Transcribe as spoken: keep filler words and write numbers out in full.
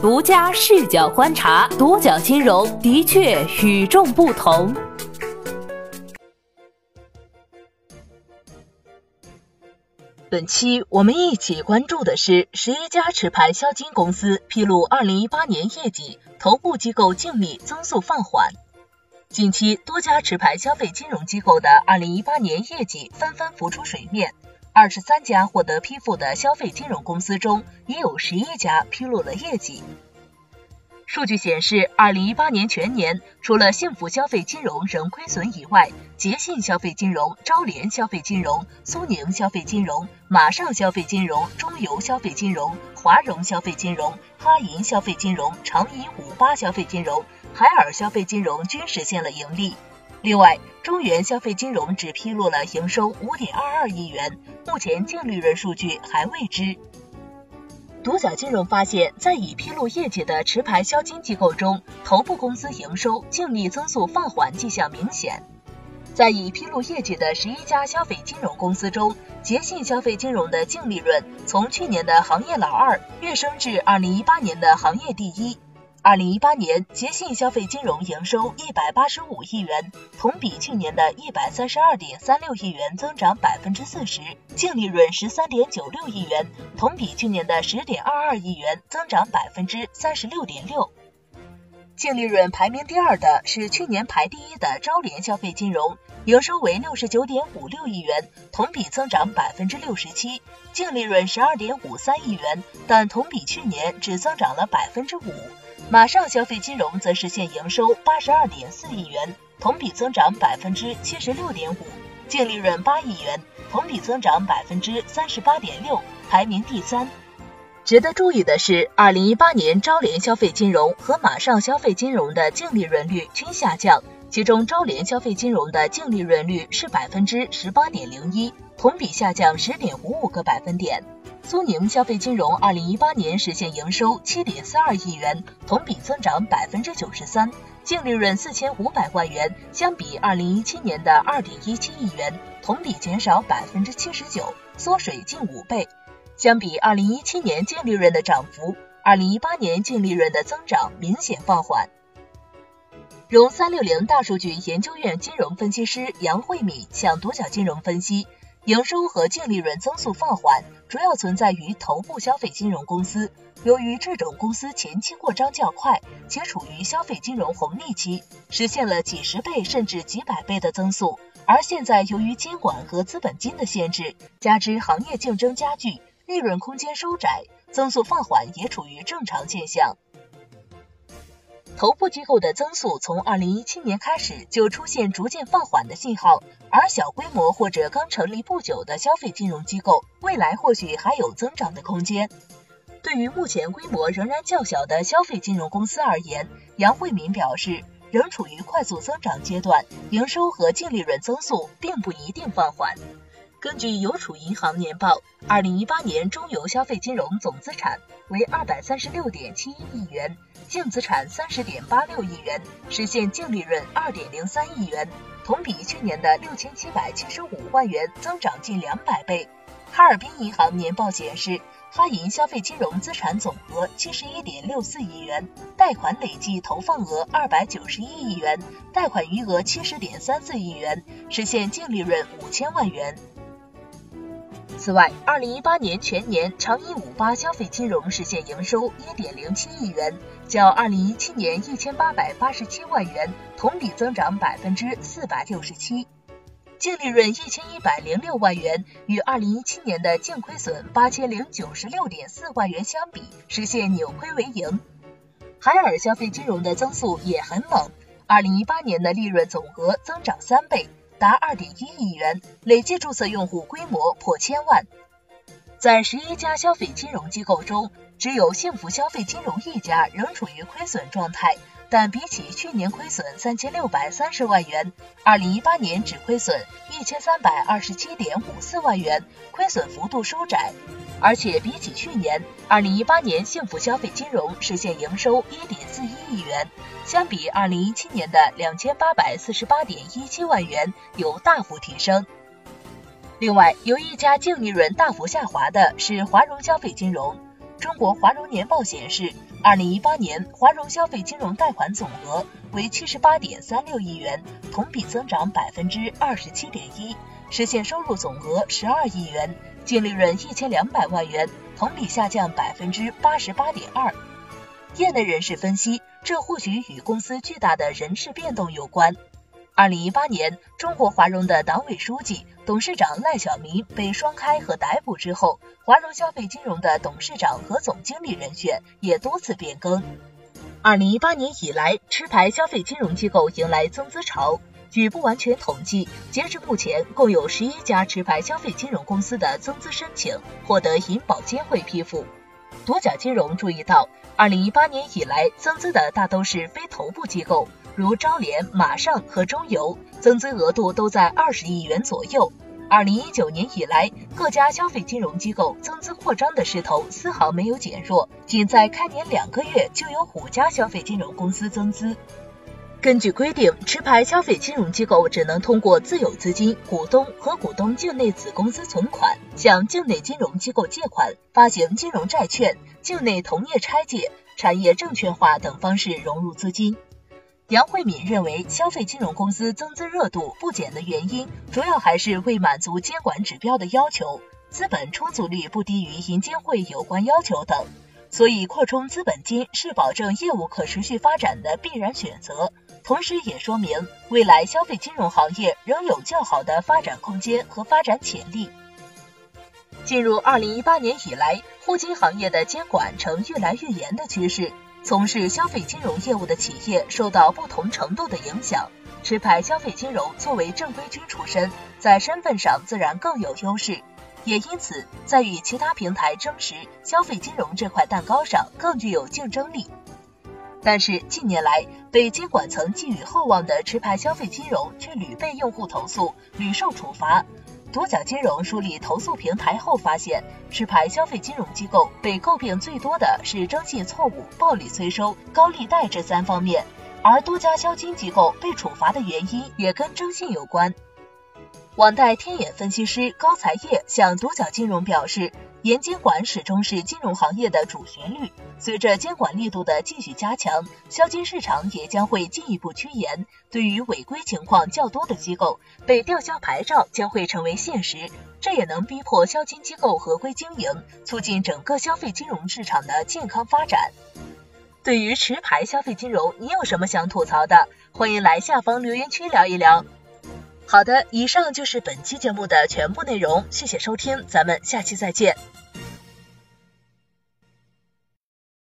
独家视角观察，独角金融的确与众不同。 本期我们一起关注的是十一家持牌销金公司披露二零一八年业绩，头部机构净利增速放缓。近期多家持牌消费金融机构的二零一八年业绩纷纷浮出水面，二十三家获得批复的消费金融公司中，也有十一家披露了业绩。数据显示，二零一八年全年，除了幸福消费金融仍亏损以外，捷信消费金融、招联消费金融、苏宁消费金融、马上消费金融、中邮消费金融、华融消费金融、哈银消费金融、长银五八消费金融、海尔消费金融均实现了盈利。另外，中原消费金融只披露了营收 五点二二亿元，目前净利润数据还未知。独角金融发现，在已披露业绩的持牌销金机构中，头部公司营收、净利增速放缓迹象明显。在已披露业绩的十一家消费金融公司中，捷信消费金融的净利润从去年的行业老二跃升至二零一八年的行业第一。二零一八年，捷信消费金融营收一百八十五亿元，同比去年的一百三十二点三六亿元增长 百分之四十， 净利润 十三点九六亿元，同比去年的 十点二二亿元增长 百分之三十六点六。净利润排名第二的是去年排第一的招联消费金融，营收为 六十九点五六亿元，同比增长 百分之六十七， 净利润 十二点五三亿元，但同比去年只增长了 百分之五。马上消费金融则实现营收 八十二点四亿元，同比增长 百分之七十六点五， 净利润八亿元，同比增长 百分之三十八点六， 排名第三。值得注意的是，二零一八年招联消费金融和马上消费金融的净利润率均下降，其中招联消费金融的净利润率是 百分之十八点零一， 同比下降 十点五五个百分点。苏宁消费金融二零一八年实现营收 七点四二亿元，同比增长 百分之九十三， 净利润四千五百万元，相比二零一七年的 二点一七亿元，同比减少 百分之七十九， 缩水近五倍。相比二零一七年净利润的涨幅，二零一八年净利润的增长明显放缓。融三六零大数据研究院金融分析师杨慧敏向独角金融分析，营收和净利润增速放缓，主要存在于头部消费金融公司。由于这种公司前期扩张较快，且处于消费金融红利期，实现了几十倍甚至几百倍的增速。而现在由于监管和资本金的限制，加之行业竞争加剧，利润空间收窄，增速放缓也处于正常现象。头部机构的增速从二零一七年开始就出现逐渐放缓的信号，而小规模或者刚成立不久的消费金融机构，未来或许还有增长的空间。对于目前规模仍然较小的消费金融公司而言，杨慧敏表示，仍处于快速增长阶段，营收和净利润增速并不一定放缓。根据邮储银行年报，二零一八年中邮消费金融总资产为 二百三十六点七一亿元，净资产 三十点八六亿元，实现净利润 二点零三亿元，同比去年的六千七百七十五万元增长近两百倍。哈尔滨银行年报显示，哈银消费金融资产总额 七十一点六四亿元，贷款累计投放额二百九十一亿元，贷款余额 七十点三四亿元，实现净利润五千万元。此外，二零一八年全年长银五八消费金融实现营收 一点零七亿元，较二零一七年一千八百八十七万元，同比增长 百分之四百六十七。净利润一千一百零六万元，与二零一七年的净亏损八千零九十六点四万元相比，实现扭亏为盈。海尔消费金融的增速也很猛，二零一八年的利润总额增长三倍，达 二点一亿元，累计注册用户规模破千万。在十一家消费金融机构中，只有幸福消费金融一家仍处于亏损状态，但比起去年亏损三千六百三十万元，二零一八年只亏损一千三百二十七点五四万元，亏损幅度收窄。而且比起去年，二零一八年幸福消费金融实现营收 一点四一亿元，相比二零一七年的两千八百四十八点一七万元有大幅提升。另外，有一家净利润大幅下滑的是华融消费金融。 中国华融年报显示，二零一八年华融消费金融贷款总额为 七十八点三六亿元，同比增长 百分之二十七点一， 实现收入总额十二亿元，净利润一千两百万元，同比下降 百分之八十八点二。业内人士分析，这或许与公司巨大的人事变动有关。二零一八年，中国华融的党委书记、董事长赖小民被双开和逮捕之后，华融消费金融的董事长和总经理人选也多次变更。二零一八年以来，持牌消费金融机构迎来增资潮。据不完全统计，截至目前，共有十一家持牌消费金融公司的增资申请获得银保监会批复。独角金融注意到，二零一八年以来增资的大都是非头部机构，如招联、马上和中油，增资额度都在二十亿元左右。二零一九年以来，各家消费金融机构增资扩张的势头丝毫没有减弱，仅在开年两个月就有五家消费金融公司增资。根据规定，持牌消费金融机构只能通过自有资金、股东和股东境内子公司存款，向境内金融机构借款，发行金融债券、境内同业拆借、产业证券化等方式融入资金。杨慧敏认为，消费金融公司增资热度不减的原因，主要还是未满足监管指标的要求，资本充足率不低于银监会有关要求等。所以扩充资本金是保证业务可持续发展的必然选择，同时也说明未来消费金融行业仍有较好的发展空间和发展潜力。进入二零一八年以来，互金行业的监管呈越来越严的趋势，从事消费金融业务的企业受到不同程度的影响。持牌消费金融作为正规军出身，在身份上自然更有优势，也因此在与其他平台争食消费金融这块蛋糕上更具有竞争力。但是近年来，被监管层寄予厚望的持牌消费金融却屡被用户投诉，屡受处罚。独角金融梳理投诉平台后发现，持牌消费金融机构被诟病最多的是征信错误、暴力催收、高利贷这三方面，而多家消金机构被处罚的原因也跟征信有关。网贷天眼分析师高才业向独角金融表示，严监管始终是金融行业的主旋律，随着监管力度的继续加强，消金市场也将会进一步趋严，对于违规情况较多的机构，被吊销牌照将会成为现实，这也能逼迫消金机构合规经营，促进整个消费金融市场的健康发展。对于持牌消费金融，你有什么想吐槽的？欢迎来下方留言区聊一聊。好的，以上就是本期节目的全部内容，谢谢收听，咱们下期再见。